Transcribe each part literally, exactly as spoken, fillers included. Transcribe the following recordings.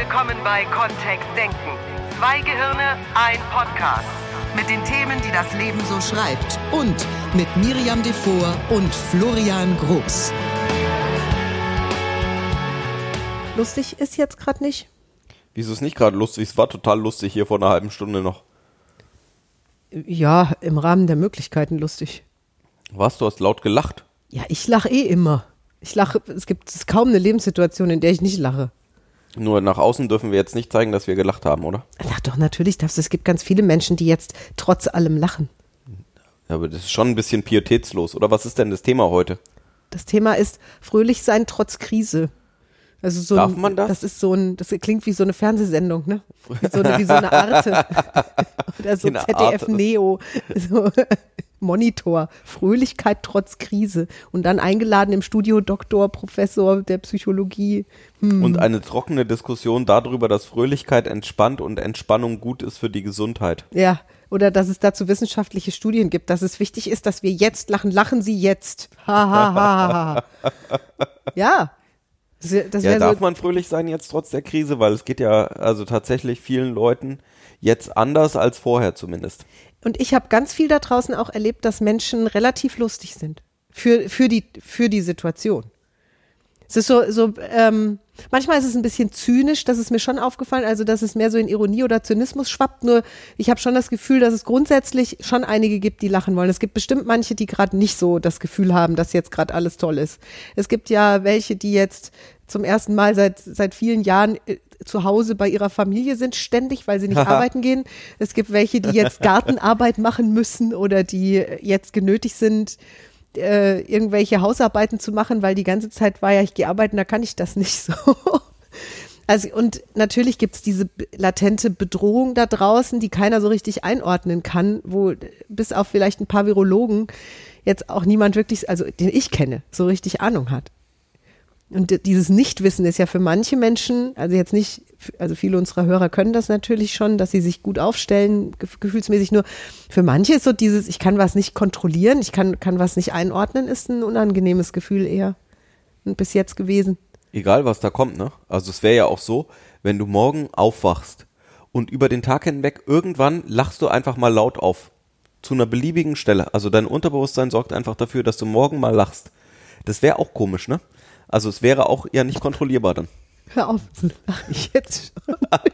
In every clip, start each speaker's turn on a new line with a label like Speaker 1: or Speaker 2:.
Speaker 1: willkommen bei Kontext Denken. Zwei Gehirne, ein Podcast.
Speaker 2: Mit den Themen, die das Leben so schreibt. Und mit Miriam Devor und Florian Groß.
Speaker 3: Lustig ist jetzt gerade nicht.
Speaker 4: Wieso ist nicht gerade lustig? Es war total lustig hier vor einer halben Stunde noch.
Speaker 3: Ja, im Rahmen der Möglichkeiten lustig.
Speaker 4: Was? Du hast laut gelacht?
Speaker 3: Ja, ich lache eh immer. Ich lache, es gibt es ist kaum eine Lebenssituation, in der ich nicht lache.
Speaker 4: Nur nach außen dürfen wir jetzt nicht zeigen, dass wir gelacht haben, oder?
Speaker 3: Ach doch, natürlich darfst du. Es gibt ganz viele Menschen, die jetzt trotz allem lachen.
Speaker 4: Ja, aber das ist schon ein bisschen pietätslos, oder? Was ist denn das Thema heute?
Speaker 3: Das Thema ist fröhlich sein trotz Krise. Also so
Speaker 4: Darf
Speaker 3: ein,
Speaker 4: man das?
Speaker 3: Das ist so ein, das klingt wie so eine Fernsehsendung, ne? Wie so eine, wie so eine Arte. Oder so
Speaker 4: Eine
Speaker 3: Z D F
Speaker 4: Arte.
Speaker 3: Neo. So Monitor. Fröhlichkeit trotz Krise. Und dann eingeladen im Studio Doktor, Professor der Psychologie. Hm.
Speaker 4: Und eine trockene Diskussion darüber, dass Fröhlichkeit entspannt und Entspannung gut ist für die Gesundheit.
Speaker 3: Ja. Oder dass es dazu wissenschaftliche Studien gibt, dass es wichtig ist, dass wir jetzt lachen. Lachen Sie jetzt. Ha, ha, ha, ha. Ja. Das wär, das
Speaker 4: Ja,
Speaker 3: wär
Speaker 4: darf
Speaker 3: so,
Speaker 4: man fröhlich sein jetzt trotz der Krise? Weil es geht ja also tatsächlich vielen Leuten jetzt anders als vorher zumindest.
Speaker 3: Und ich habe ganz viel da draußen auch erlebt, dass Menschen relativ lustig sind für, für, die, für die Situation. Es ist so, so ähm, manchmal ist es ein bisschen zynisch, das ist mir schon aufgefallen, also dass es mehr so in Ironie oder Zynismus schwappt, nur ich habe schon das Gefühl, dass es grundsätzlich schon einige gibt, die lachen wollen. Es gibt bestimmt manche, die gerade nicht so das Gefühl haben, dass jetzt gerade alles toll ist. Es gibt ja welche, die jetzt zum ersten Mal seit seit vielen Jahren äh, zu Hause bei ihrer Familie sind, ständig, weil sie nicht arbeiten gehen. Es gibt welche, die jetzt Gartenarbeit machen müssen oder die jetzt genötigt sind, äh, irgendwelche Hausarbeiten zu machen, weil die ganze Zeit war ja, ich gehe arbeiten, da kann ich das nicht so. Also und natürlich gibt es diese latente Bedrohung da draußen, die keiner so richtig einordnen kann, wo bis auf vielleicht ein paar Virologen jetzt auch niemand wirklich, also den ich kenne, so richtig Ahnung hat. Und dieses Nichtwissen ist ja für manche Menschen, also jetzt nicht, also viele unserer Hörer können das natürlich schon, dass sie sich gut aufstellen, gefühlsmäßig, nur für manche ist so dieses, ich kann was nicht kontrollieren, ich kann, kann was nicht einordnen, ist ein unangenehmes Gefühl eher bis jetzt gewesen.
Speaker 4: Egal, was da kommt, ne? Also es wäre ja auch so, wenn du morgen aufwachst und über den Tag hinweg irgendwann lachst du einfach mal laut auf. Zu einer beliebigen Stelle. Also dein Unterbewusstsein sorgt einfach dafür, dass du morgen mal lachst. Das wäre auch komisch, ne? Also es wäre auch ja nicht kontrollierbar dann.
Speaker 3: Hör auf, lach ich jetzt schon.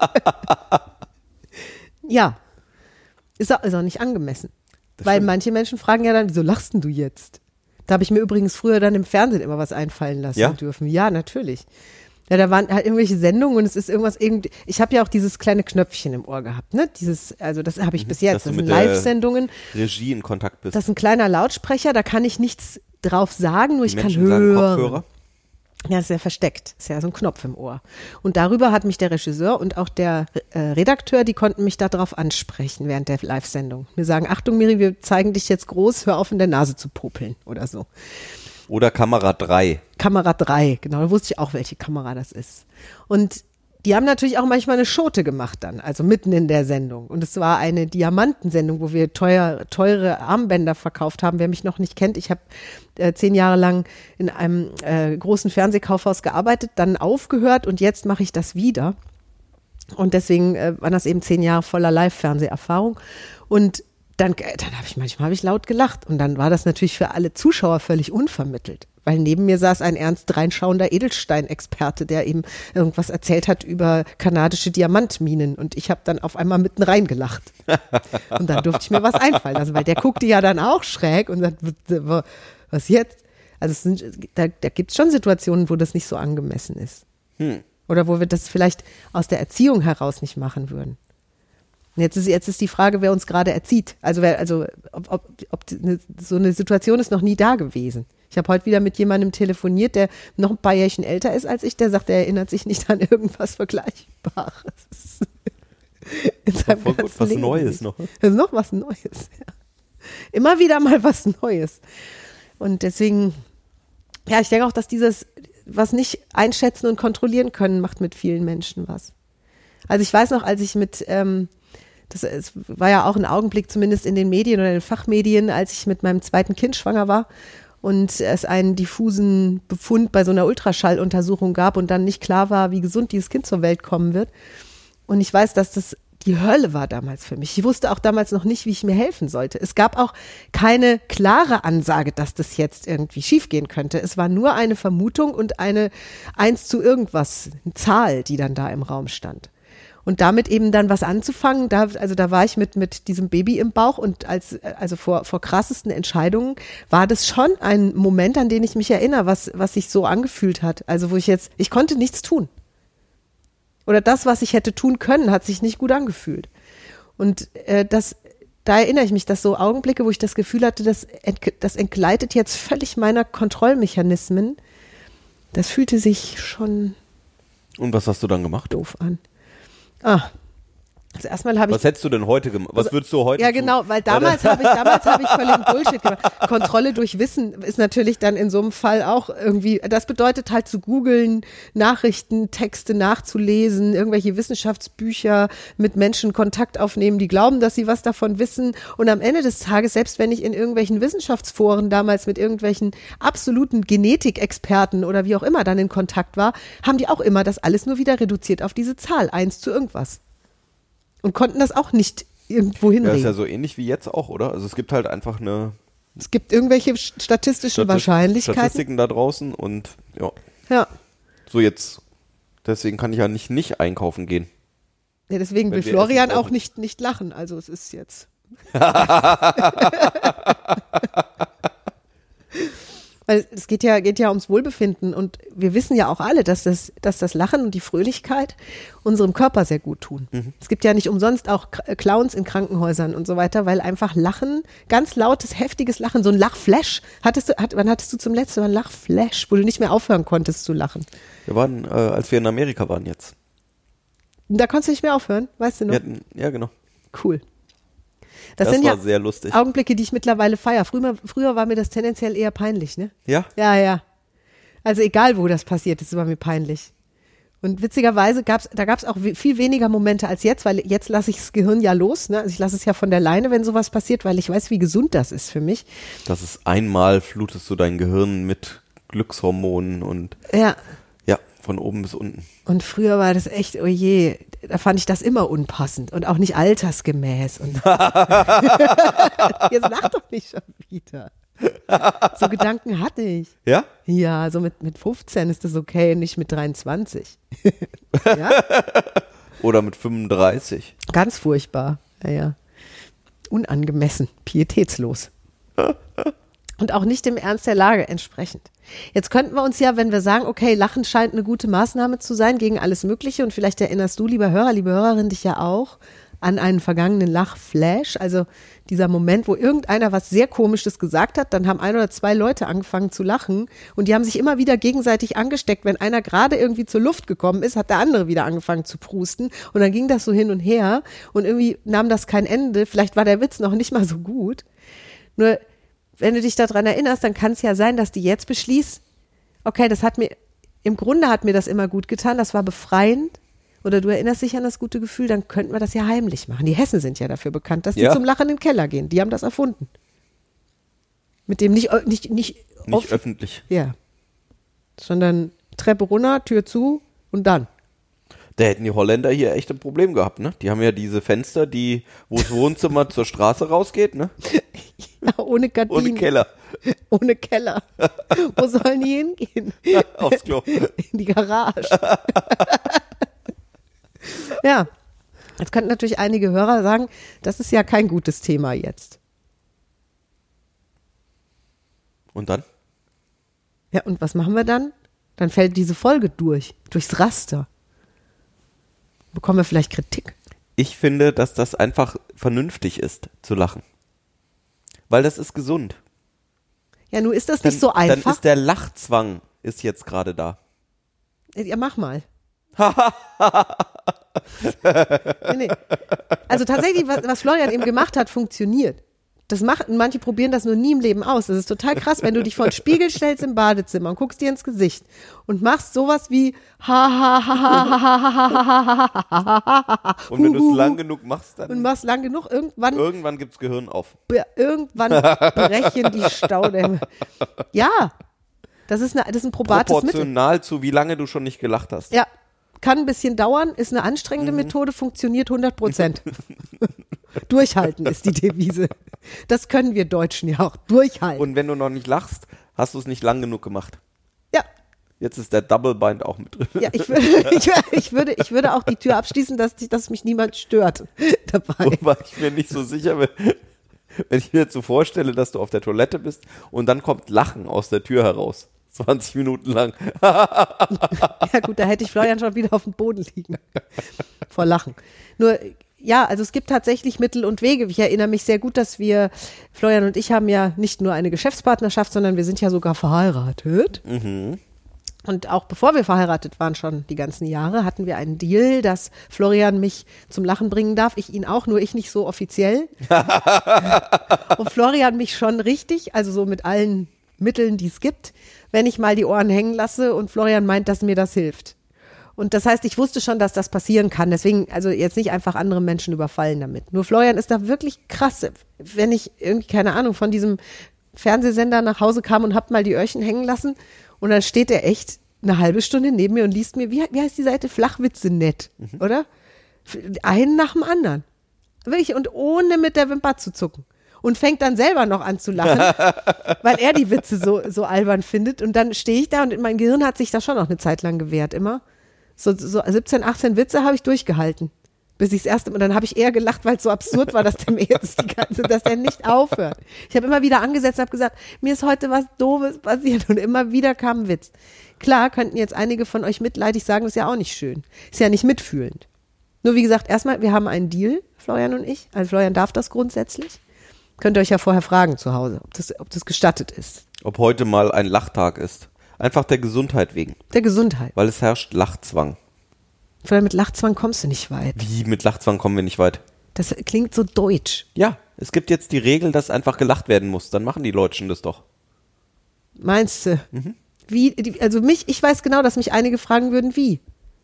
Speaker 3: Ja, ist auch, ist auch nicht angemessen.
Speaker 4: Das
Speaker 3: Weil
Speaker 4: stimmt.
Speaker 3: manche Menschen fragen ja dann, wieso lachst denn du jetzt? Da habe ich mir übrigens früher dann im Fernsehen immer was einfallen lassen
Speaker 4: Ja?
Speaker 3: dürfen. Ja, natürlich. Ja, da waren halt irgendwelche Sendungen und es ist irgendwas irgendwie, ich habe ja auch dieses kleine Knöpfchen im Ohr gehabt, ne? Dieses, also das habe ich bis jetzt,
Speaker 4: Dass du
Speaker 3: das sind
Speaker 4: mit der
Speaker 3: Live-Sendungen.
Speaker 4: Regie in Kontakt bist.
Speaker 3: Das ist ein kleiner Lautsprecher, da kann ich nichts drauf sagen, nur
Speaker 4: Die
Speaker 3: ich kann
Speaker 4: Menschen sagen
Speaker 3: hören.
Speaker 4: Kopfhörer.
Speaker 3: Ja, ist ja versteckt. Ist ja so ein Knopf im Ohr. Und darüber hat mich der Regisseur und auch der äh, Redakteur, die konnten mich darauf ansprechen während der Live-Sendung. Mir sagen, Achtung Miri, wir zeigen dich jetzt groß, hör auf in der Nase zu popeln oder so.
Speaker 4: Oder Kamera drei.
Speaker 3: Kamera drei, genau, da wusste ich auch, welche Kamera das ist. Und die haben natürlich auch manchmal eine Schote gemacht dann, also mitten in der Sendung. Und es war eine Diamantensendung, wo wir teuer, teure Armbänder verkauft haben. Wer mich noch nicht kennt, ich habe äh, zehn Jahre lang in einem äh, großen Fernsehkaufhaus gearbeitet, dann aufgehört und jetzt mache ich das wieder. Und deswegen äh, waren das eben zehn Jahre voller Live-Fernseherfahrung. Und dann, dann habe ich manchmal hab ich laut gelacht. Und dann war das natürlich für alle Zuschauer völlig unvermittelt. Weil neben mir saß ein ernst reinschauender Edelstein-Experte, der eben irgendwas erzählt hat über kanadische Diamantminen. Und ich habe dann auf einmal mitten reingelacht. Und dann durfte ich mir was einfallen lassen, weil der guckte ja dann auch schräg und sagt, was jetzt? Also es sind, da, da gibt es schon Situationen, wo das nicht so angemessen ist.
Speaker 4: Hm.
Speaker 3: Oder wo wir das vielleicht aus der Erziehung heraus nicht machen würden. Und Jetzt ist, jetzt ist die Frage, wer uns gerade erzieht. Also, wer, also ob, ob, ob eine, so eine Situation ist noch nie da gewesen. Ich habe heute wieder mit jemandem telefoniert, der noch ein paar Jährchen älter ist als ich, der sagt, er erinnert sich nicht an irgendwas Vergleichbares. In seinem
Speaker 4: Voll gut,
Speaker 3: ganzen
Speaker 4: was
Speaker 3: Leben
Speaker 4: Neues
Speaker 3: nicht.
Speaker 4: noch.
Speaker 3: Das ist noch was Neues, ja. Immer wieder mal was Neues. Und deswegen, ja, ich denke auch, dass dieses, was nicht einschätzen und kontrollieren können, macht mit vielen Menschen was. Also ich weiß noch, als ich mit, ähm, das es war ja auch ein Augenblick zumindest in den Medien oder in den Fachmedien, als ich mit meinem zweiten Kind schwanger war und es einen diffusen Befund bei so einer Ultraschalluntersuchung gab und dann nicht klar war, wie gesund dieses Kind zur Welt kommen wird. Und ich weiß, dass das die Hölle war damals für mich. Ich wusste auch damals noch nicht, wie ich mir helfen sollte. Es gab auch keine klare Ansage, dass das jetzt irgendwie schiefgehen könnte. Es war nur eine Vermutung und eine eins zu irgendwas, eine Zahl, die dann da im Raum stand. Und damit eben dann was anzufangen, da, also da war ich mit, mit diesem Baby im Bauch und als, also vor, vor krassesten Entscheidungen war das schon ein Moment, an den ich mich erinnere, was, was sich so angefühlt hat. Also wo ich jetzt, ich konnte nichts tun. Oder das, was ich hätte tun können, hat sich nicht gut angefühlt. Und äh, das, da erinnere ich mich, dass so Augenblicke, wo ich das Gefühl hatte, das, ent, das entgleitet jetzt völlig meiner Kontrollmechanismen, das fühlte sich schon
Speaker 4: Und was hast du dann gemacht?
Speaker 3: doof an. Ah, also erstmal habe ich.
Speaker 4: Was hättest du denn heute gemacht? Was würdest du heute
Speaker 3: Ja,
Speaker 4: tun?
Speaker 3: genau, weil damals habe ich, damals habe ich völligen Bullshit gemacht. Kontrolle durch Wissen ist natürlich dann in so einem Fall auch irgendwie, das bedeutet halt zu googeln, Nachrichten, Texte nachzulesen, irgendwelche Wissenschaftsbücher mit Menschen Kontakt aufnehmen, die glauben, dass sie was davon wissen. Und am Ende des Tages, selbst wenn ich in irgendwelchen Wissenschaftsforen damals mit irgendwelchen absoluten Genetikexperten oder wie auch immer dann in Kontakt war, haben die auch immer das alles nur wieder reduziert auf diese Zahl, eins zu irgendwas. Und konnten das auch nicht irgendwo hinreden.
Speaker 4: Ja, ist ja so ähnlich wie jetzt auch, oder? Also es gibt halt einfach eine
Speaker 3: Es gibt irgendwelche statistischen
Speaker 4: Statist-
Speaker 3: Wahrscheinlichkeiten.
Speaker 4: Statistiken da draußen und ja.
Speaker 3: Ja.
Speaker 4: So jetzt, deswegen kann ich ja nicht nicht einkaufen gehen.
Speaker 3: Ja, deswegen
Speaker 4: Wenn
Speaker 3: will
Speaker 4: wir
Speaker 3: Florian
Speaker 4: essen
Speaker 3: auch
Speaker 4: brauchen.
Speaker 3: nicht, nicht lachen. Also es ist jetzt. Weil es geht ja, geht ja ums Wohlbefinden und wir wissen ja auch alle, dass das, dass das Lachen und die Fröhlichkeit unserem Körper sehr gut tun. Mhm. Es gibt ja nicht umsonst auch K- Clowns in Krankenhäusern und so weiter, weil einfach Lachen, ganz lautes, heftiges Lachen, so ein Lachflash. Hattest du, hat, wann hattest du zum letzten Mal ein Lachflash, wo du nicht mehr aufhören konntest zu lachen?
Speaker 4: Wir waren, äh, als wir in Amerika waren jetzt.
Speaker 3: Da konntest du nicht mehr aufhören, weißt du noch?
Speaker 4: Wir hatten, ja, genau.
Speaker 3: Cool. Das,
Speaker 4: Das
Speaker 3: sind
Speaker 4: war
Speaker 3: ja
Speaker 4: sehr lustig.
Speaker 3: Augenblicke, die ich mittlerweile feiere. Früher, früher war mir das tendenziell eher peinlich, ne?
Speaker 4: Ja?
Speaker 3: Ja, ja. Also egal, wo das passiert ist, war mir peinlich. Und witzigerweise gab's, da gab es auch we- viel weniger Momente als jetzt, weil jetzt lasse ich das Gehirn ja los. Ne? Also ich lasse es ja von der Leine, wenn sowas passiert, weil ich weiß, wie gesund das ist für mich.
Speaker 4: Das ist einmal flutest du dein Gehirn mit Glückshormonen und
Speaker 3: Ja.
Speaker 4: ja, von oben bis unten.
Speaker 3: Und früher war das echt, oh je, da fand ich das immer unpassend und auch nicht altersgemäß. Und jetzt lach doch nicht schon wieder. So Gedanken hatte ich.
Speaker 4: Ja?
Speaker 3: Ja, so mit, mit fünfzehn ist das okay, nicht mit dreiundzwanzig. Ja?
Speaker 4: Oder mit fünfunddreißig.
Speaker 3: Ganz furchtbar. Ja, ja. Unangemessen, pietätslos. Und auch nicht dem Ernst der Lage entsprechend. Jetzt könnten wir uns ja, wenn wir sagen, okay, Lachen scheint eine gute Maßnahme zu sein gegen alles Mögliche und vielleicht erinnerst du, lieber Hörer, liebe Hörerin, dich ja auch an einen vergangenen Lachflash, also dieser Moment, wo irgendeiner was sehr Komisches gesagt hat, dann haben ein oder zwei Leute angefangen zu lachen und die haben sich immer wieder gegenseitig angesteckt. Wenn einer gerade irgendwie zur Luft gekommen ist, hat der andere wieder angefangen zu prusten und dann ging das so hin und her und irgendwie nahm das kein Ende. Vielleicht war der Witz noch nicht mal so gut. Nur wenn du dich daran erinnerst, dann kann es ja sein, dass die jetzt beschließt, okay, das hat mir, im Grunde hat mir das immer gut getan, das war befreiend. Oder du erinnerst dich an das gute Gefühl, dann könnten wir das ja heimlich machen. Die Hessen sind ja dafür bekannt, dass die
Speaker 4: Ja.
Speaker 3: zum Lachen in den Keller gehen. Die haben das erfunden. Mit dem nicht, nicht, nicht,
Speaker 4: Nicht
Speaker 3: off-
Speaker 4: öffentlich.
Speaker 3: Ja. Sondern Treppe runter, Tür zu und dann.
Speaker 4: Da hätten die Holländer hier echt ein Problem gehabt, ne? Die haben ja diese Fenster, die, wo das Wohnzimmer zur Straße rausgeht, ne?
Speaker 3: Ja, ohne Gardinen.
Speaker 4: Ohne Keller.
Speaker 3: Ohne Keller. Wo sollen die hingehen?
Speaker 4: Aufs Klo.
Speaker 3: In die Garage. Ja. Jetzt könnten natürlich einige Hörer sagen, das ist ja kein gutes Thema jetzt.
Speaker 4: Und dann?
Speaker 3: Ja, und was machen wir dann? Dann fällt diese Folge durch, durchs Raster. Bekommen wir vielleicht Kritik?
Speaker 4: Ich finde, dass das einfach vernünftig ist, zu lachen. Weil das ist gesund.
Speaker 3: Ja, nun ist das
Speaker 4: Dann,
Speaker 3: nicht so einfach.
Speaker 4: dann ist der Lachzwang ist jetzt gerade da.
Speaker 3: Ja, mach mal. nee, nee. Also tatsächlich, was, was Florian eben gemacht hat, funktioniert. Das machen, manche probieren das nur nie im Leben aus. Das ist total krass, wenn du dich vor den Spiegel stellst im Badezimmer und guckst dir ins Gesicht und machst sowas wie ha ha ha ha ha ha ha ha ha ha.
Speaker 4: Und wenn du es lang genug machst, dann
Speaker 3: und machst lang genug, irgendwann
Speaker 4: irgendwann gibt's Gehirn auf.
Speaker 3: be- irgendwann brechen die Staudämme. Ja, das ist, eine, das ist ein probates Mittel.
Speaker 4: Proportional zu wie lange du schon nicht gelacht hast.
Speaker 3: Ja, kann ein bisschen dauern, ist eine anstrengende
Speaker 4: Mhm.
Speaker 3: Methode, funktioniert hundert Prozent. Durchhalten ist die Devise. Das können wir Deutschen ja auch. Durchhalten.
Speaker 4: Und wenn du noch nicht lachst, hast du es nicht lang genug gemacht.
Speaker 3: ja,
Speaker 4: Jetzt ist der Double Bind auch mit drin.
Speaker 3: ja ich, würde, ich, ich, würde, ich würde auch die Tür abschließen, dass, dass mich niemand stört dabei.
Speaker 4: Wobei ich mir nicht so sicher bin, wenn ich mir jetzt so vorstelle, dass du auf der Toilette bist und dann kommt Lachen aus der Tür heraus. zwanzig Minuten lang.
Speaker 3: Ja gut, da hätte ich Florian schon wieder auf dem Boden liegen. Vor Lachen. Nur, ja, also es gibt tatsächlich Mittel und Wege. Ich erinnere mich sehr gut, dass wir, Florian und ich haben ja nicht nur eine Geschäftspartnerschaft, sondern wir sind ja sogar verheiratet.
Speaker 4: Mhm.
Speaker 3: Und auch bevor wir verheiratet waren, schon die ganzen Jahre, hatten wir einen Deal, dass Florian mich zum Lachen bringen darf. Ich ihn auch, nur ich nicht so offiziell. Und Florian mich schon richtig, also so mit allen Mitteln, die es gibt, wenn ich mal die Ohren hängen lasse und Florian meint, dass mir das hilft. Und das heißt, ich wusste schon, dass das passieren kann. Deswegen, also jetzt nicht einfach andere Menschen überfallen damit. Nur Florian ist da wirklich krass. Wenn ich irgendwie, keine Ahnung, von diesem Fernsehsender nach Hause kam und hab mal die Öhrchen hängen lassen und dann steht er echt eine halbe Stunde neben mir und liest mir, wie, wie heißt die Seite? Flachwitze nett, mhm. oder? Einen nach dem anderen. Wirklich, und ohne mit der Wimper zu zucken. Und fängt dann selber noch an zu lachen, weil er die Witze so, so albern findet. Und dann stehe ich da und mein Gehirn hat sich da schon noch eine Zeit lang gewehrt, immer. So, so siebzehn, achtzehn Witze habe ich durchgehalten. Bis ich das erste Mal, und dann habe ich eher gelacht, weil es so absurd war, dass der mir jetzt die ganze, dass der nicht aufhört. Ich habe immer wieder angesetzt und habe gesagt, mir ist heute was Doofes passiert und immer wieder kam ein Witz. Klar, könnten jetzt einige von euch mitleidig sagen, das ist ja auch nicht schön. Ist ja nicht mitfühlend. Nur wie gesagt, erstmal, wir haben einen Deal, Florian und ich. Also Florian darf das grundsätzlich. Könnt ihr euch ja vorher fragen zu Hause, ob das, ob das gestattet ist.
Speaker 4: Ob heute mal ein Lachtag ist. Einfach der Gesundheit wegen.
Speaker 3: Der Gesundheit.
Speaker 4: Weil es herrscht Lachzwang.
Speaker 3: Vielleicht mit Lachzwang kommst du nicht weit.
Speaker 4: Wie, mit Lachzwang kommen wir nicht weit?
Speaker 3: Das klingt so deutsch.
Speaker 4: Ja, es gibt jetzt die Regel, dass einfach gelacht werden muss. Dann machen die Deutschen das doch.
Speaker 3: Meinst du? Mhm. Wie, also mich, ich weiß genau, dass mich einige fragen würden, wie?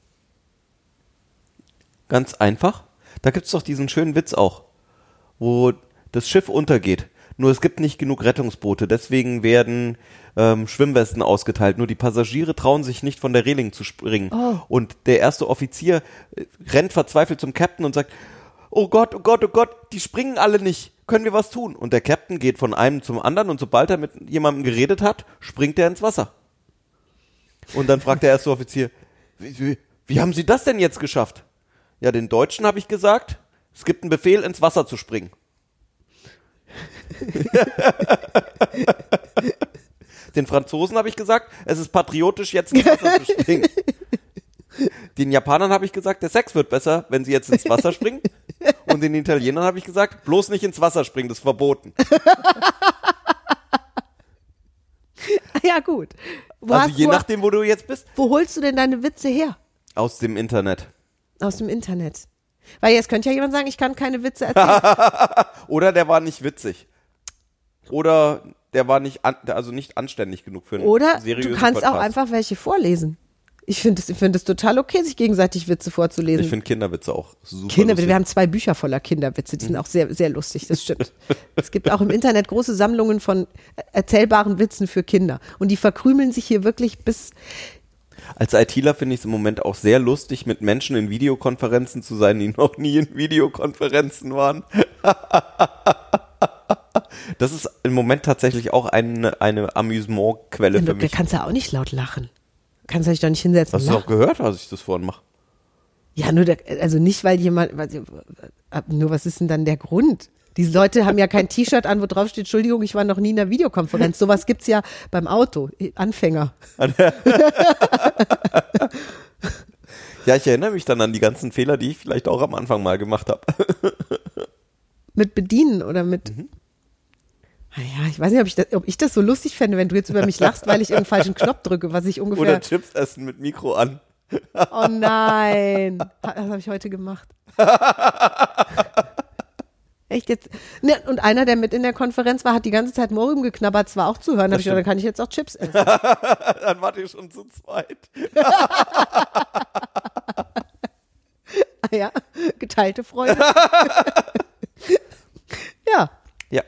Speaker 4: Ganz einfach. Da gibt's doch diesen schönen Witz auch, wo das Schiff untergeht. Nur es gibt nicht genug Rettungsboote, deswegen werden ähm, Schwimmwesten ausgeteilt. Nur die Passagiere trauen sich nicht, von der Reling zu springen.
Speaker 3: Oh.
Speaker 4: Und der erste Offizier äh, rennt verzweifelt zum Captain und sagt, oh Gott, oh Gott, oh Gott, die springen alle nicht. Können wir was tun? Und der Captain geht von einem zum anderen und sobald er mit jemandem geredet hat, springt er ins Wasser. Und dann fragt der erste Offizier, wie, wie, wie haben Sie das denn jetzt geschafft? Ja, den Deutschen habe ich gesagt, es gibt einen Befehl, ins Wasser zu springen. Den Franzosen habe ich gesagt, es ist patriotisch, jetzt ins Wasser zu springen. Den Japanern habe ich gesagt, der Sex wird besser, wenn sie jetzt ins Wasser springen. Und den Italienern habe ich gesagt, bloß nicht ins Wasser springen, das ist verboten.
Speaker 3: Ja, gut. Wo
Speaker 4: also
Speaker 3: hast,
Speaker 4: je
Speaker 3: wo,
Speaker 4: nachdem, wo du jetzt bist.
Speaker 3: Wo holst du denn deine Witze her?
Speaker 4: Aus dem Internet.
Speaker 3: Aus dem Internet. Weil jetzt könnte ja jemand sagen, ich kann keine Witze erzählen.
Speaker 4: Oder der war nicht witzig. Oder der war nicht, an, also nicht anständig genug für einen
Speaker 3: Oder
Speaker 4: seriösen
Speaker 3: du kannst
Speaker 4: Podcast.
Speaker 3: auch einfach welche vorlesen. Ich finde es ich find es total okay, sich gegenseitig Witze vorzulesen.
Speaker 4: Ich finde Kinderwitze auch super
Speaker 3: Kinderwitze,
Speaker 4: lustig.
Speaker 3: wir haben zwei Bücher voller Kinderwitze, die sind auch sehr, sehr lustig, das stimmt. Es gibt auch im Internet große Sammlungen von erzählbaren Witzen für Kinder. Und die verkrümeln sich hier wirklich bis...
Speaker 4: Als ITler finde ich es im Moment auch sehr lustig, mit Menschen in Videokonferenzen zu sein, die noch nie in Videokonferenzen waren. Das ist im Moment tatsächlich auch eine, eine Amüsementquelle
Speaker 3: Ja,
Speaker 4: für
Speaker 3: du
Speaker 4: mich.
Speaker 3: kannst ja auch nicht laut lachen. Kannst du dich doch nicht hinsetzen.
Speaker 4: Hast du auch gehört, als ich das vorhin mache?
Speaker 3: Ja, nur der, also nicht, weil jemand, weil, nur was ist denn dann der Grund? Diese Leute haben ja kein T-Shirt an, wo drauf steht, Entschuldigung, ich war noch nie in einer Videokonferenz. Sowas gibt's ja beim Auto, Anfänger.
Speaker 4: Ja, ich erinnere mich dann an die ganzen Fehler, die ich vielleicht auch am Anfang mal gemacht habe.
Speaker 3: Mit Bedienen oder mit... Mhm. Naja, ich weiß nicht, ob ich, das, ob ich das so lustig fände, wenn du jetzt über mich lachst, weil ich irgendeinen falschen Knopf drücke, was ich ungefähr...
Speaker 4: Oder Chips essen mit Mikro an.
Speaker 3: Oh nein, das habe ich heute gemacht. Echt jetzt? Ne, und einer, der mit in der Konferenz war, hat die ganze Zeit Morim geknabbert, es war auch zu hören. Da hab ich gedacht, dann kann ich jetzt auch Chips essen.
Speaker 4: Dann wart ihr schon zu zweit.
Speaker 3: Ah ja, geteilte Freude. Ja.
Speaker 4: Ja.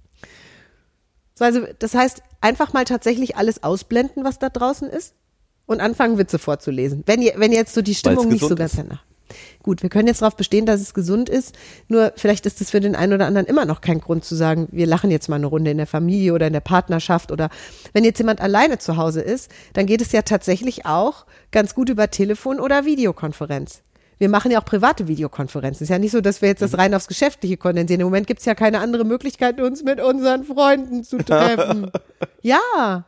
Speaker 3: So, also das heißt, einfach mal tatsächlich alles ausblenden, was da draußen ist und anfangen, Witze vorzulesen. Wenn ihr, wenn jetzt so die Stimmung nicht so ganz danach. Gut, wir können jetzt darauf bestehen, dass es gesund ist, nur vielleicht ist es für den einen oder anderen immer noch kein Grund zu sagen, wir lachen jetzt mal eine Runde in der Familie oder in der Partnerschaft oder wenn jetzt jemand alleine zu Hause ist, dann geht es ja tatsächlich auch ganz gut über Telefon oder Videokonferenz. Wir machen ja auch private Videokonferenzen. Es ist ja nicht so, dass wir jetzt das rein aufs Geschäftliche kondensieren. Im Moment gibt es ja keine andere Möglichkeit, uns mit unseren Freunden zu treffen. Ja.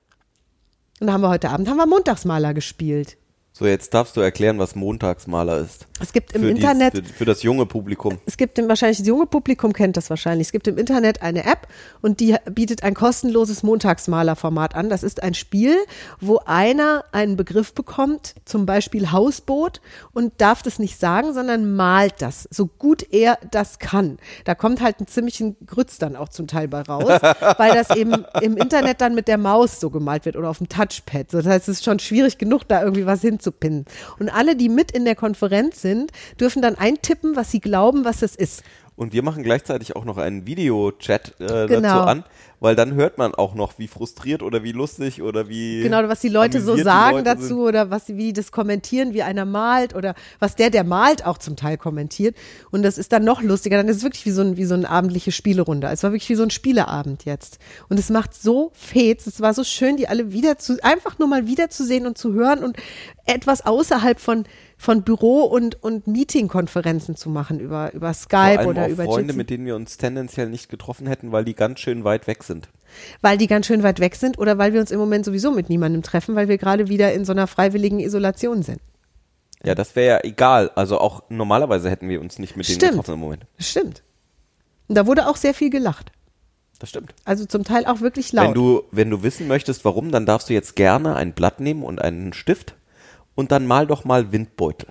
Speaker 3: Und dann haben wir heute Abend haben wir Montagsmaler gespielt.
Speaker 4: So, jetzt darfst du erklären, was Montagsmaler ist.
Speaker 3: Es gibt im
Speaker 4: für
Speaker 3: Internet.
Speaker 4: Die, für, für das junge Publikum.
Speaker 3: Es gibt im, wahrscheinlich, das junge Publikum kennt das wahrscheinlich. Es gibt im Internet eine App und die bietet ein kostenloses Montagsmalerformat an. Das ist ein Spiel, wo einer einen Begriff bekommt, zum Beispiel Hausboot, und darf das nicht sagen, sondern malt das, so gut er das kann. Da kommt halt ein ziemlichen Grütz dann auch zum Teil bei raus, weil das eben im Internet dann mit der Maus so gemalt wird oder auf dem Touchpad. So, das heißt, es ist schon schwierig genug, da irgendwie was hinzupinnen. Und alle, die mit in der Konferenz sind, dürfen dann eintippen, was sie glauben, was es ist.
Speaker 4: Und wir machen gleichzeitig auch noch einen Videochat äh,
Speaker 3: Genau.
Speaker 4: dazu an, weil dann hört man auch noch, wie frustriert oder wie lustig oder wie
Speaker 3: Genau, was die Leute so
Speaker 4: amüsiert die
Speaker 3: sagen
Speaker 4: Leute
Speaker 3: dazu
Speaker 4: sind.
Speaker 3: oder was, wie die das kommentieren, wie einer malt oder was der, der malt, auch zum Teil kommentiert. Und das ist dann noch lustiger. Dann ist es wirklich wie so, ein, wie so eine abendliche Spielerunde. Es war wirklich wie so ein Spieleabend jetzt. Und es macht so fets. Es war so schön, die alle wieder zu, einfach nur mal wiederzusehen und zu hören und etwas außerhalb von von Büro- und, und Meeting-Konferenzen zu machen über, über Skype
Speaker 4: Vor allem
Speaker 3: oder
Speaker 4: auch
Speaker 3: über
Speaker 4: Freunde,
Speaker 3: Jitsi.
Speaker 4: mit denen wir uns tendenziell nicht getroffen hätten, weil die ganz schön weit weg sind.
Speaker 3: Weil die ganz schön weit weg sind oder weil wir uns im Moment sowieso mit niemandem treffen, weil wir gerade wieder in so einer freiwilligen Isolation sind.
Speaker 4: Ja, das wäre ja egal. Also auch normalerweise hätten wir uns nicht mit denen
Speaker 3: Stimmt.
Speaker 4: getroffen im Moment.
Speaker 3: Stimmt. Und da wurde auch sehr viel gelacht.
Speaker 4: Das stimmt.
Speaker 3: Also zum Teil auch wirklich laut.
Speaker 4: Wenn du, wenn du wissen möchtest, warum, dann darfst du jetzt gerne ein Blatt nehmen und einen Stift und dann mal doch mal Windbeutel.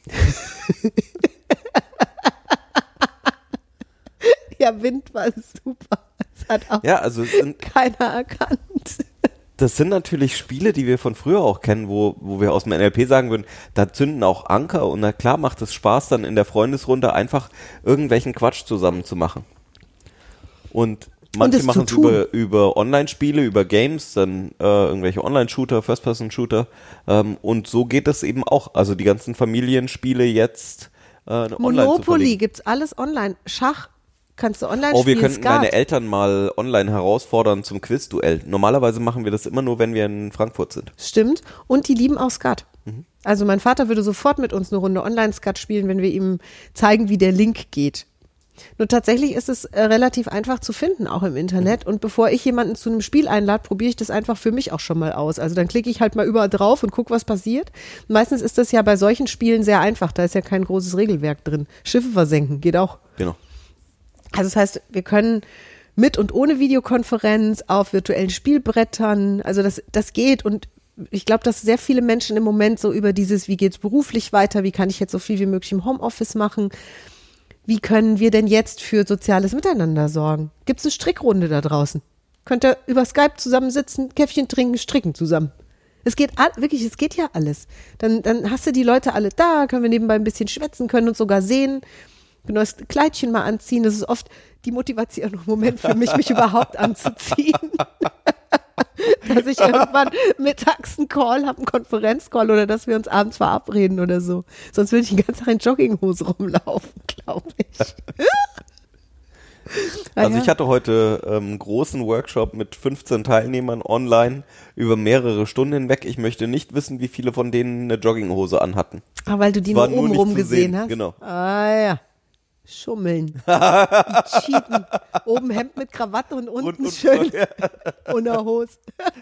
Speaker 3: Ja, Wind war super. Das hat auch
Speaker 4: Ja, also es sind,
Speaker 3: keiner erkannt.
Speaker 4: das sind natürlich Spiele, die wir von früher auch kennen, wo, wo wir aus dem N L P sagen würden, da zünden auch Anker und na klar macht es Spaß, dann in der Freundesrunde einfach irgendwelchen Quatsch zusammen zu machen. Und manche
Speaker 3: es zu
Speaker 4: machen es
Speaker 3: tun.
Speaker 4: über, über Online-Spiele, über Games, dann äh, irgendwelche Online-Shooter, First-Person-Shooter ähm, und so geht es eben auch. Also die ganzen Familienspiele jetzt äh, online zu
Speaker 3: Monopoly
Speaker 4: verlegen.
Speaker 3: gibt's alles online. Schach kannst du online
Speaker 4: Oh, wir
Speaker 3: spielen.
Speaker 4: könnten
Speaker 3: Skat.
Speaker 4: deine Eltern mal online herausfordern zum Quizduell. Normalerweise machen wir das immer nur, wenn wir in Frankfurt sind.
Speaker 3: Stimmt. Und die lieben auch Skat.
Speaker 4: Mhm.
Speaker 3: Also mein Vater würde sofort mit uns eine Runde Online-Skat spielen, wenn wir ihm zeigen, wie der Link geht. Nur tatsächlich ist es äh, relativ einfach zu finden, auch im Internet. Und bevor ich jemanden zu einem Spiel einlade, probiere ich das einfach für mich auch schon mal aus. Also dann klicke ich halt mal überall drauf und gucke, was passiert. Meistens ist das ja bei solchen Spielen sehr einfach. Da ist ja kein großes Regelwerk drin. Schiffe versenken geht auch.
Speaker 4: Genau.
Speaker 3: Also das heißt, wir können mit und ohne Videokonferenz auf virtuellen Spielbrettern, also das, das geht. Und ich glaube, dass sehr viele Menschen im Moment so über dieses, wie geht's beruflich weiter, wie kann ich jetzt so viel wie möglich im Homeoffice machen, wie können wir denn jetzt für soziales Miteinander sorgen? Gibt es eine Strickrunde da draußen? Könnt ihr über Skype zusammensitzen, Käffchen trinken, stricken zusammen? Es geht all, wirklich, es geht ja alles. Dann, dann hast du die Leute alle da, können wir nebenbei ein bisschen schwätzen, können uns sogar sehen, ein neues Kleidchen mal anziehen. Das ist oft die Motivation im Moment für mich, mich überhaupt anzuziehen. Dass ich irgendwann mittags einen Call habe, einen Konferenzcall oder dass wir uns abends verabreden oder so. Sonst würde ich den ganzen Tag in Jogginghose rumlaufen, glaube ich.
Speaker 4: Also
Speaker 3: ja.
Speaker 4: ich hatte heute ähm, einen großen Workshop mit fünfzehn Teilnehmern online über mehrere Stunden hinweg. Ich möchte nicht wissen, wie viele von denen eine Jogginghose anhatten.
Speaker 3: Ah, weil du die
Speaker 4: War
Speaker 3: nur
Speaker 4: nur
Speaker 3: oben
Speaker 4: nicht
Speaker 3: rum
Speaker 4: zu
Speaker 3: gesehen
Speaker 4: sehen,
Speaker 3: hast?
Speaker 4: genau.
Speaker 3: Ah ja. Schummeln. Cheaten. Oben Hemd mit Krawatte und unten
Speaker 4: Und- und-
Speaker 3: schön Unterhose.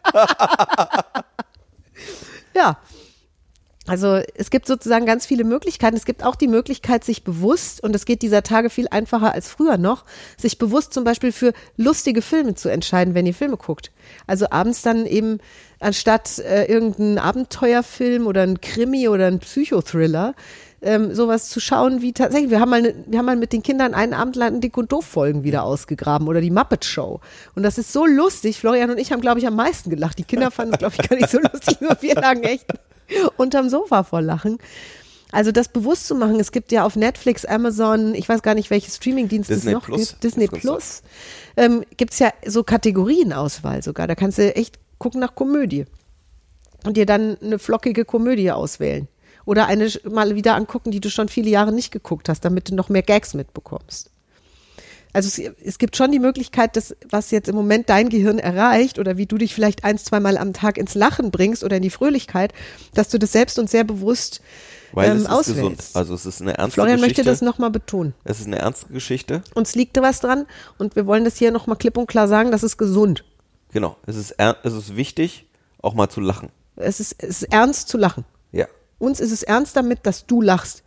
Speaker 3: Ja. Also es gibt sozusagen ganz viele Möglichkeiten. Es gibt auch die Möglichkeit, sich bewusst, und es geht dieser Tage viel einfacher als früher noch, sich bewusst zum Beispiel für lustige Filme zu entscheiden, wenn ihr Filme guckt. Also abends dann eben anstatt äh, irgendein Abenteuerfilm oder ein Krimi oder ein Psychothriller, ähm, sowas zu schauen wie tatsächlich, wir haben mal, ne, wir haben mal mit den Kindern einen Abend lang Dick und Doof Folgen wieder ausgegraben oder die Muppet Show. Und das ist so lustig. Florian und ich haben, glaube ich, am meisten gelacht. Die Kinder fanden es, glaube ich, gar nicht so lustig, nur wir lagen echt unterm Sofa vor Lachen. Also das bewusst zu machen, es gibt ja auf Netflix, Amazon, ich weiß gar nicht, welche Streamingdienste es noch
Speaker 4: Plus.
Speaker 3: gibt, Disney Plus, ähm, gibt es ja so Kategorienauswahl sogar. Da kannst du echt gucken nach Komödie und dir dann eine flockige Komödie auswählen. Oder eine mal wieder angucken, die du schon viele Jahre nicht geguckt hast, damit du noch mehr Gags mitbekommst. Also es, es gibt schon die Möglichkeit, dass was jetzt im Moment dein Gehirn erreicht oder wie du dich vielleicht ein, zweimal am Tag ins Lachen bringst oder in die Fröhlichkeit, dass du das selbst und sehr bewusst
Speaker 4: Weil
Speaker 3: ähm,
Speaker 4: es ist
Speaker 3: auswählst.
Speaker 4: gesund. Also es ist eine ernste
Speaker 3: Florian
Speaker 4: Geschichte.
Speaker 3: möchte das nochmal betonen.
Speaker 4: Es ist eine ernste Geschichte.
Speaker 3: Uns liegt da was dran und wir wollen das hier nochmal klipp und klar sagen, das ist gesund.
Speaker 4: Genau. Es ist, er, es ist wichtig, auch mal zu lachen.
Speaker 3: Es ist, es ist ernst zu lachen.
Speaker 4: Ja.
Speaker 3: Uns ist es ernst damit, dass du lachst.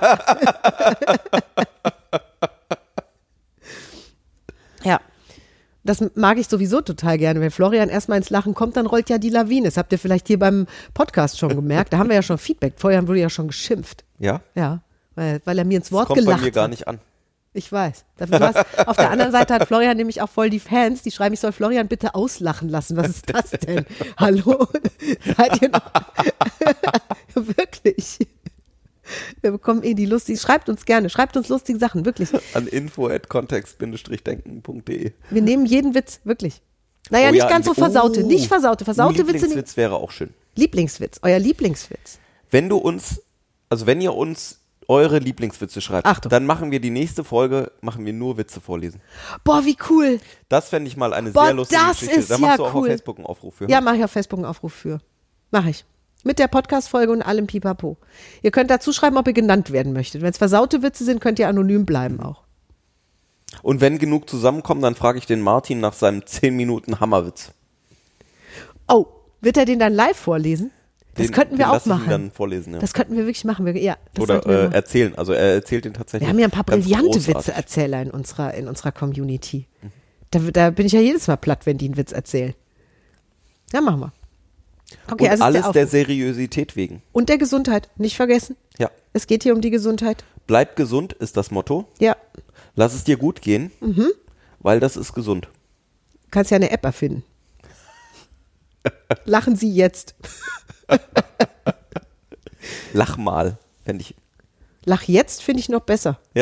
Speaker 3: Ja, das mag ich sowieso total gerne. Wenn Florian erstmal ins Lachen kommt, dann rollt ja die Lawine. Das habt ihr vielleicht hier beim Podcast schon gemerkt. Da haben wir ja schon Feedback. Florian wurde ja schon geschimpft.
Speaker 4: Ja?
Speaker 3: Ja, weil, weil er mir ins Wort
Speaker 4: Das kommt
Speaker 3: gelacht
Speaker 4: bei mir gar
Speaker 3: hat.
Speaker 4: nicht an.
Speaker 3: Ich weiß. Du hast, auf der anderen Seite hat Florian nämlich auch voll die Fans, die schreiben, ich soll Florian bitte auslachen lassen. Was ist das denn? Hallo? Seid ihr noch? Wirklich. Wir bekommen eh die lustigen. Schreibt uns gerne, schreibt uns lustige Sachen, wirklich.
Speaker 4: An info at kontext denken punkt de.
Speaker 3: Wir nehmen jeden Witz, wirklich. Naja,
Speaker 4: Oh
Speaker 3: nicht
Speaker 4: ja,
Speaker 3: ganz so
Speaker 4: oh.
Speaker 3: versaute, nicht versaute, versaute Witze.
Speaker 4: Lieblingswitz wäre auch schön.
Speaker 3: Lieblingswitz, euer Lieblingswitz.
Speaker 4: Wenn du uns, also wenn ihr uns eure Lieblingswitze schreibt,
Speaker 3: Achtung.
Speaker 4: dann machen wir die nächste Folge, machen wir nur Witze vorlesen.
Speaker 3: Boah, wie cool.
Speaker 4: Das fände ich mal eine
Speaker 3: Boah,
Speaker 4: sehr lustige
Speaker 3: das
Speaker 4: Geschichte.
Speaker 3: ist
Speaker 4: Da machst
Speaker 3: ja
Speaker 4: du auch
Speaker 3: cool.
Speaker 4: auf Facebook einen Aufruf für.
Speaker 3: Ja, mache ich auf Facebook einen Aufruf für. Mache ich. Mit der Podcast-Folge und allem Pipapo. Ihr könnt dazu schreiben, ob ihr genannt werden möchtet. Wenn es versaute Witze sind, könnt ihr anonym bleiben auch.
Speaker 4: Und wenn genug zusammenkommen, dann frage ich den Martin nach seinem zehn Minuten Hammerwitz.
Speaker 3: Oh, wird er den dann live vorlesen? Das
Speaker 4: Den-
Speaker 3: könnten wir
Speaker 4: den
Speaker 3: auch
Speaker 4: lass ich ihn
Speaker 3: machen.
Speaker 4: dann vorlesen, ja.
Speaker 3: Das könnten wir wirklich machen. Wir, ja, das
Speaker 4: Oder
Speaker 3: sollten wir
Speaker 4: äh,
Speaker 3: machen.
Speaker 4: erzählen. Also er erzählt den tatsächlich.
Speaker 3: Wir haben ja ein paar
Speaker 4: ganz
Speaker 3: brillante
Speaker 4: großartig.
Speaker 3: Witzeerzähler in unserer, in unserer Community. Da, da bin ich ja jedes Mal platt, wenn die einen Witz erzählen. Ja, machen wir. Okay,
Speaker 4: Und
Speaker 3: also ist
Speaker 4: alles
Speaker 3: der
Speaker 4: der
Speaker 3: Aufruf.
Speaker 4: Seriosität wegen.
Speaker 3: Und der Gesundheit, nicht vergessen.
Speaker 4: Ja.
Speaker 3: Es geht hier um die Gesundheit.
Speaker 4: Bleib gesund ist das Motto.
Speaker 3: Ja,
Speaker 4: Lass es dir gut gehen,
Speaker 3: Mhm.
Speaker 4: weil das ist gesund.
Speaker 3: kannst ja eine App erfinden. Lachen Sie jetzt.
Speaker 4: Lach mal, fände ich.
Speaker 3: Lach jetzt finde ich noch besser.
Speaker 4: Ja.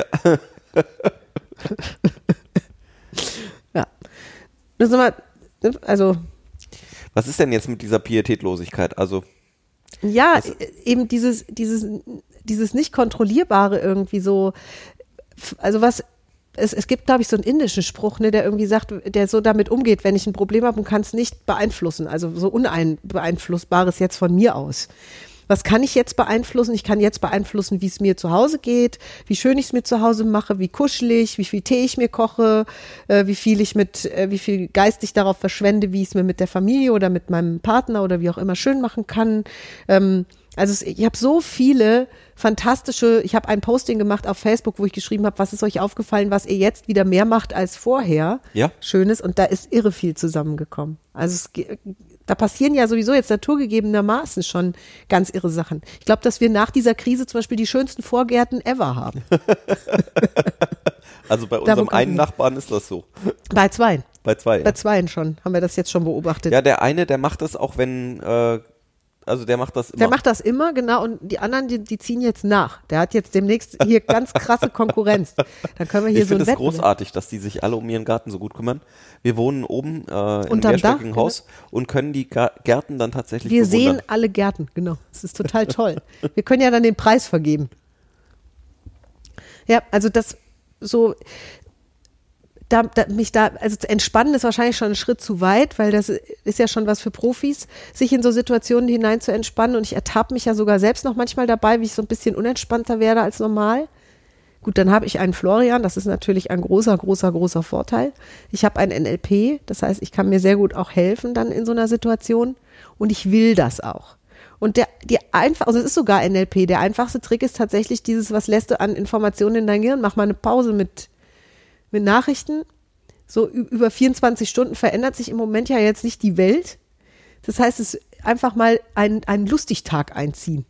Speaker 3: Ja. Das ist mal, also,
Speaker 4: Was ist denn jetzt mit dieser Pietätlosigkeit? Also,
Speaker 3: ja, eben dieses, dieses, dieses nicht kontrollierbare irgendwie so, also was, es, es gibt, glaube ich, so einen indischen Spruch, ne, der irgendwie sagt, der so damit umgeht, wenn ich ein Problem habe und kann es nicht beeinflussen, also so unbeeinflussbares jetzt von mir aus. Was kann ich jetzt beeinflussen? Ich kann jetzt beeinflussen, wie es mir zu Hause geht, wie schön ich es mir zu Hause mache, wie kuschelig, wie viel Tee ich mir koche, äh, wie viel ich mit, äh, wie viel Geist ich darauf verschwende, wie ich es mir mit der Familie oder mit meinem Partner oder wie auch immer schön machen kann. Ähm, also es, ich habe so viele fantastische, ich habe ein Posting gemacht auf Facebook, wo ich geschrieben habe, was ist euch aufgefallen, was ihr jetzt wieder mehr macht als vorher.
Speaker 4: Ja.
Speaker 3: Schönes, und da ist irre viel zusammengekommen. Also es, ge- da passieren ja sowieso jetzt naturgegebenermaßen schon ganz irre Sachen. Ich glaube, dass wir nach dieser Krise zum Beispiel die schönsten Vorgärten ever haben.
Speaker 4: also bei
Speaker 3: Da, wo
Speaker 4: unserem
Speaker 3: kann
Speaker 4: einen
Speaker 3: ich-
Speaker 4: Nachbarn ist das so.
Speaker 3: Bei zweien.
Speaker 4: Bei zwei.
Speaker 3: Bei
Speaker 4: Ja.
Speaker 3: zweien schon. Haben wir das jetzt schon beobachtet.
Speaker 4: ja, der eine, der macht das auch, wenn, äh, also der macht das immer.
Speaker 3: Der macht das immer, genau, und die anderen, die, die ziehen jetzt nach. Der hat jetzt demnächst hier ganz krasse Konkurrenz. Dann können wir hier
Speaker 4: ich
Speaker 3: so
Speaker 4: finde
Speaker 3: ein
Speaker 4: es
Speaker 3: Wetten.
Speaker 4: großartig, dass die sich alle um ihren Garten so gut kümmern. Wir wohnen oben äh, in einem
Speaker 3: Unterm
Speaker 4: mehrstöckigen
Speaker 3: Dach,
Speaker 4: Haus und können die Ga- Gärten dann tatsächlich
Speaker 3: Wir
Speaker 4: bewundern.
Speaker 3: sehen alle Gärten, genau. Das ist total toll. Wir können ja dann den Preis vergeben. Ja, also das so, da, da, mich da, also zu entspannen ist wahrscheinlich schon ein Schritt zu weit, weil das ist ja schon was für Profis, sich in so Situationen hinein zu entspannen, und ich ertappe mich ja sogar selbst noch manchmal dabei, wie ich so ein bisschen unentspannter werde als normal. Gut, dann habe ich einen Florian, das ist natürlich ein großer, großer, großer Vorteil. Ich habe ein N L P, das heißt, ich kann mir sehr gut auch helfen dann in so einer Situation, und ich will das auch. Und der, die einfach, also es ist sogar N L P, der einfachste Trick ist tatsächlich dieses, was lässt du an Informationen in dein Gehirn? Mach mal eine Pause mit, mit Nachrichten. So ü- über vierundzwanzig Stunden verändert sich im Moment ja jetzt nicht die Welt. Das heißt, es einfach mal einen, einen Lustigtag einziehen.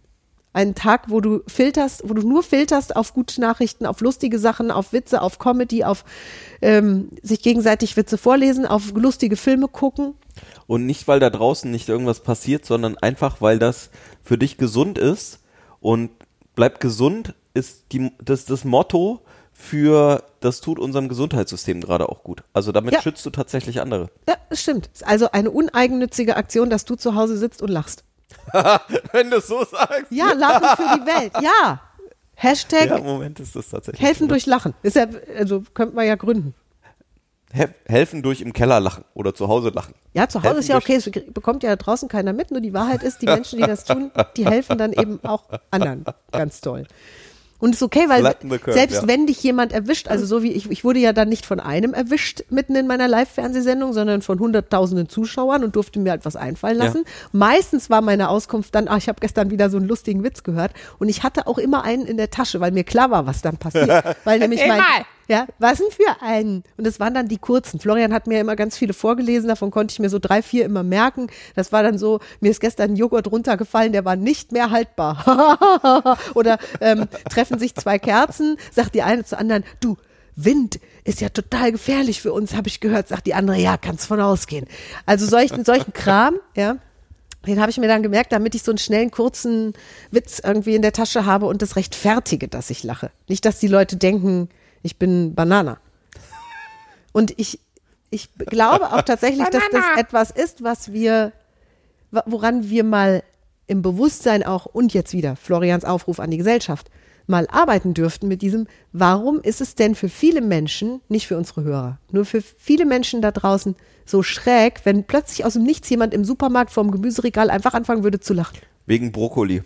Speaker 3: Einen Tag, wo du filterst, wo du nur filterst auf gute Nachrichten, auf lustige Sachen, auf Witze, auf Comedy, auf ähm, sich gegenseitig Witze vorlesen, auf lustige Filme gucken.
Speaker 4: Und nicht, weil da draußen nicht irgendwas passiert, sondern einfach, weil das für dich gesund ist. Und bleib gesund ist die, das, das Motto für, das tut unserem Gesundheitssystem gerade auch gut. Also damit
Speaker 3: Ja.
Speaker 4: schützt du tatsächlich andere.
Speaker 3: Ja, das stimmt. Ist also eine uneigennützige Aktion, dass du zu Hause sitzt und lachst.
Speaker 4: Wenn du es so sagst.
Speaker 3: Ja, Lachen für die Welt. Ja. Hashtag
Speaker 4: Ja, im Moment ist das tatsächlich.
Speaker 3: helfen
Speaker 4: so.
Speaker 3: durch Lachen. Ist ja, also könnte man ja gründen.
Speaker 4: He- helfen durch im Keller lachen oder zu Hause lachen.
Speaker 3: Ja, zu Hause
Speaker 4: Helfen
Speaker 3: ist ja
Speaker 4: durch-
Speaker 3: okay, es bekommt ja draußen keiner mit, nur die Wahrheit ist, die Menschen, die das tun, die helfen dann eben auch anderen. Ganz toll. Und ist okay, weil
Speaker 4: Flatten the curve,
Speaker 3: selbst
Speaker 4: ja.
Speaker 3: wenn dich jemand erwischt, also so wie ich, ich wurde ja dann nicht von einem erwischt mitten in meiner Live-Fernsehsendung, sondern von hunderttausenden Zuschauern und durfte mir halt was einfallen lassen. Meistens war meine Auskunft dann, ach, ich habe gestern wieder so einen lustigen Witz gehört und ich hatte auch immer einen in der Tasche, weil mir klar war, was dann passiert. Weil nämlich mein, ja, was denn für einen? Und das waren dann die kurzen. Florian hat mir immer ganz viele vorgelesen, davon konnte ich mir so drei, vier immer merken. Das war dann so, mir ist gestern ein Joghurt runtergefallen, der war nicht mehr haltbar. Oder ähm, treffen sich zwei Kerzen, sagt die eine zur anderen, du, Wind ist ja total gefährlich für uns, habe ich gehört, sagt die andere, ja, kannst von ausgehen. Also solchen, solchen Kram, ja. Den habe ich mir dann gemerkt, damit ich so einen schnellen, kurzen Witz irgendwie in der Tasche habe und das rechtfertige, dass ich lache. Nicht, dass die Leute denken, ich bin Banana. Und ich, ich glaube auch tatsächlich, dass das etwas ist, was wir, woran wir mal im Bewusstsein auch, und jetzt wieder Florians Aufruf an die Gesellschaft, mal arbeiten dürften mit diesem, warum ist es denn für viele Menschen, nicht für unsere Hörer, nur für viele Menschen da draußen so schräg, wenn plötzlich aus dem Nichts jemand im Supermarkt vorm Gemüseregal einfach anfangen würde zu lachen.
Speaker 4: Wegen Brokkoli.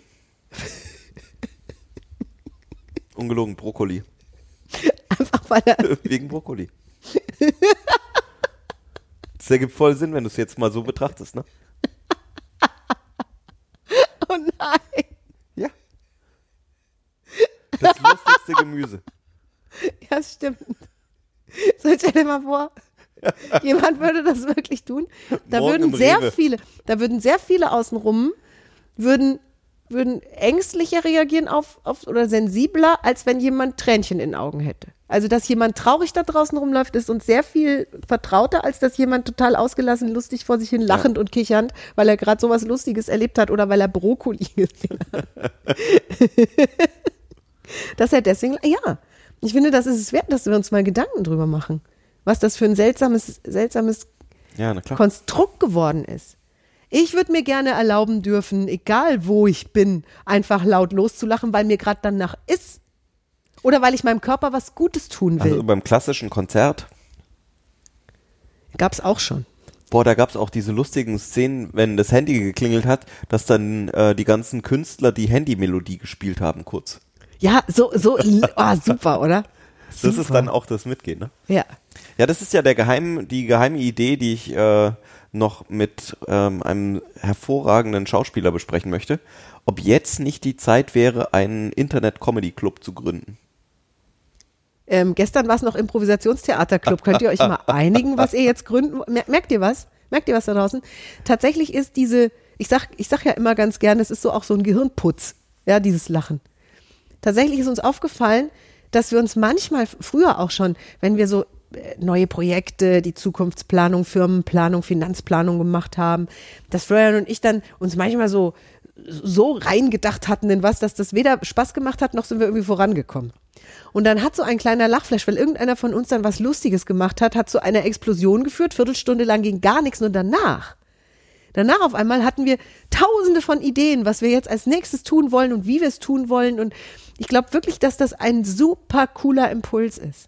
Speaker 4: Ungelogen, Brokkoli.
Speaker 3: Einfach weil er,
Speaker 4: Wegen Brokkoli. Das ergibt voll Sinn, wenn du es jetzt mal so betrachtest, ne?
Speaker 3: oh nein,
Speaker 4: Ja. Das lustigste Gemüse.
Speaker 3: ja, das stimmt. So, stell dir mal vor, jemand würde das wirklich tun. Da
Speaker 4: Morgen
Speaker 3: würden
Speaker 4: im
Speaker 3: sehr
Speaker 4: Rewe.
Speaker 3: viele, da würden sehr viele außenrum, würden, würden ängstlicher reagieren auf, auf oder sensibler, als wenn jemand Tränchen in den Augen hätte. Also, dass jemand traurig da draußen rumläuft, ist uns sehr viel vertrauter, als dass jemand total ausgelassen, lustig vor sich hin, lachend und kichernd, weil er gerade sowas Lustiges erlebt hat oder weil er Brokkoli gesehen hat. Dass er deswegen, ja, ich finde, das ist es wert, dass wir uns mal Gedanken drüber machen, was das für ein seltsames, seltsames
Speaker 4: Ja, na klar.
Speaker 3: Konstrukt geworden ist. Ich würde mir gerne erlauben dürfen, egal wo ich bin, einfach laut loszulachen, weil mir gerade danach ist. Oder weil ich meinem Körper was Gutes tun will.
Speaker 4: Also beim klassischen Konzert,
Speaker 3: Gab's auch schon.
Speaker 4: boah, da gab es auch diese lustigen Szenen, wenn das Handy geklingelt hat, dass dann äh, die ganzen Künstler die Handymelodie gespielt haben, kurz.
Speaker 3: Ja, so, so, oh, super, oder?
Speaker 4: Das ist dann auch das Mitgehen, ne?
Speaker 3: Ja.
Speaker 4: Ja, das ist ja der geheim, die geheime Idee, die ich äh, noch mit ähm, einem hervorragenden Schauspieler besprechen möchte. Ob jetzt nicht die Zeit wäre, einen Internet-Comedy-Club zu gründen.
Speaker 3: Ähm, gestern war es noch Improvisationstheaterclub. Könnt ihr euch mal einigen, was ihr jetzt gründen? Mer- Merkt ihr was? Merkt ihr was da draußen? Tatsächlich ist diese, ich sag, ich sag ja immer ganz gerne, es ist so auch so ein Gehirnputz, ja, dieses Lachen. Tatsächlich ist uns aufgefallen, dass wir uns manchmal, früher auch schon, wenn wir so äh, neue Projekte, die Zukunftsplanung, Firmenplanung, Finanzplanung gemacht haben, dass Florian und ich dann uns manchmal so, so reingedacht hatten in was, dass das weder Spaß gemacht hat, noch sind wir irgendwie vorangekommen. Und dann hat so ein kleiner Lachflash, weil irgendeiner von uns dann was Lustiges gemacht hat, hat zu einer Explosion geführt, Viertelstunde lang ging gar nichts, nur danach. Danach auf einmal hatten wir tausende von Ideen, was wir jetzt als nächstes tun wollen und wie wir es tun wollen. Und ich glaube wirklich, dass das ein super cooler Impuls ist.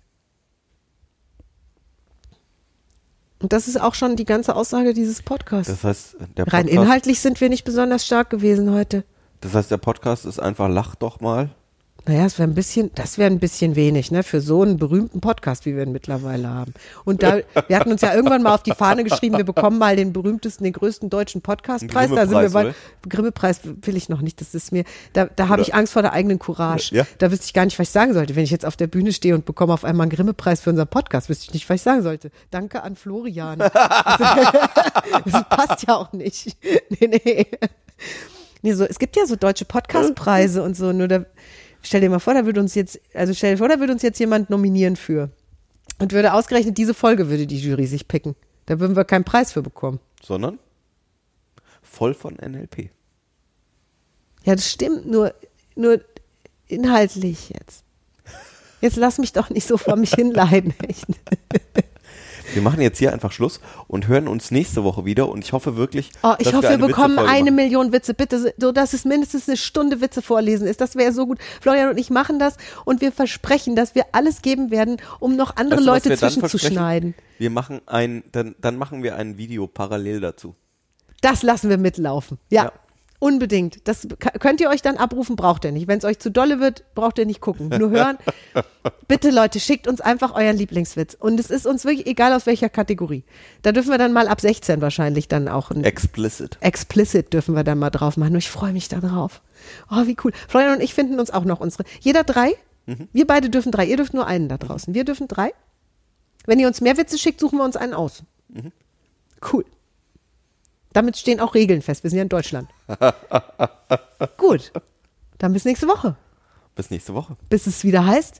Speaker 3: Und das ist auch schon die ganze Aussage dieses Podcasts.
Speaker 4: Das heißt, der
Speaker 3: Rein
Speaker 4: Podcast,
Speaker 3: inhaltlich sind wir nicht besonders stark gewesen heute.
Speaker 4: das heißt, der Podcast ist einfach lach doch mal.
Speaker 3: Naja, das wäre ein bisschen, das wäre ein bisschen wenig, ne, für so einen berühmten Podcast, wie wir ihn mittlerweile haben. Und da, wir hatten uns ja irgendwann mal auf die Fahne geschrieben, wir bekommen mal den berühmtesten, den größten deutschen Podcastpreis. Da sind wir bei,
Speaker 4: oder?
Speaker 3: Grimme-Preis will ich noch nicht, das ist mir, da, da habe ich Angst vor der eigenen Courage.
Speaker 4: Ja.
Speaker 3: Da wüsste ich gar nicht, was ich sagen sollte. Wenn ich jetzt auf der Bühne stehe und bekomme auf einmal einen Grimme-Preis für unseren Podcast, wüsste ich nicht, was ich sagen sollte. Danke an Florian. Das passt ja auch nicht. Nee, nee. Nee, so, es gibt ja so deutsche Podcastpreise und so, nur da, stell dir mal vor, da würde uns jetzt, also stell dir vor, da würde uns jetzt jemand nominieren für. Und würde ausgerechnet diese Folge würde die Jury sich picken. Da würden wir keinen Preis für bekommen.
Speaker 4: Sondern voll von N L P.
Speaker 3: Ja, das stimmt, nur, nur inhaltlich jetzt. Jetzt lass mich doch nicht so vor mich hinleiden, echt.
Speaker 4: Wir machen jetzt hier einfach Schluss und hören uns nächste Woche wieder und ich hoffe wirklich,
Speaker 3: oh, ich
Speaker 4: dass
Speaker 3: hoffe,
Speaker 4: wir, eine
Speaker 3: wir bekommen
Speaker 4: Witzefolge
Speaker 3: eine
Speaker 4: machen.
Speaker 3: Million Witze, bitte, so dass es mindestens eine Stunde Witze vorlesen ist. Das wäre so gut. Florian und ich machen das und wir versprechen, dass wir alles geben werden, um noch andere
Speaker 4: Weißt du, was
Speaker 3: Leute
Speaker 4: wir dann
Speaker 3: zwischenzuschneiden.
Speaker 4: Wir machen ein, dann, dann machen wir ein Video parallel dazu.
Speaker 3: Das lassen wir mitlaufen. Ja.
Speaker 4: Ja.
Speaker 3: Unbedingt. Das k- könnt ihr euch dann abrufen, braucht ihr nicht. Wenn es euch zu dolle wird, braucht ihr nicht gucken. Nur hören. Bitte Leute, schickt uns einfach euren Lieblingswitz. Und es ist uns wirklich egal, aus welcher Kategorie. Da dürfen wir dann mal ab sechzehn wahrscheinlich dann auch. Ein
Speaker 4: Explicit.
Speaker 3: Explicit dürfen wir dann mal drauf machen. Nur ich freue mich da drauf. Oh, wie cool. Florian und ich finden uns auch noch unsere. Jeder drei? Mhm. Wir beide dürfen drei. Ihr dürft nur einen da draußen. Wir dürfen drei. Wenn ihr uns mehr Witze schickt, suchen wir uns einen aus. Mhm. Cool. Damit stehen auch Regeln fest. Wir sind ja in Deutschland. Gut. Dann bis nächste Woche.
Speaker 4: Bis nächste Woche.
Speaker 3: Bis es wieder heißt.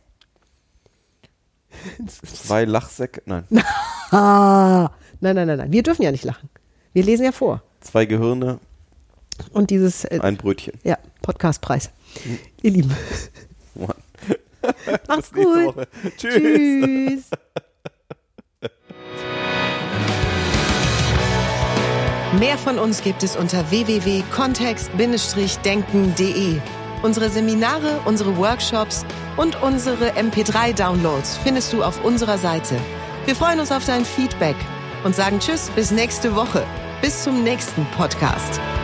Speaker 4: Zwei Lachsäcke. Nein.
Speaker 3: Ah. Nein, nein, nein, nein. Wir dürfen ja nicht lachen. Wir lesen ja vor.
Speaker 4: Zwei Gehirne.
Speaker 3: Und dieses. Äh,
Speaker 4: ein Brötchen.
Speaker 3: Ja, Podcastpreis. Mhm. Ihr Lieben.
Speaker 4: Mann.
Speaker 3: Macht's
Speaker 4: bis nächste
Speaker 3: gut.
Speaker 4: Woche. Tschüss.
Speaker 3: Tschüss.
Speaker 2: Mehr von uns gibt es unter w w w punkt kontext Bindestrich denken punkt de. Unsere Seminare, unsere Workshops und unsere M P drei Downloads findest du auf unserer Seite. Wir freuen uns auf dein Feedback und sagen Tschüss bis nächste Woche. Bis zum nächsten Podcast.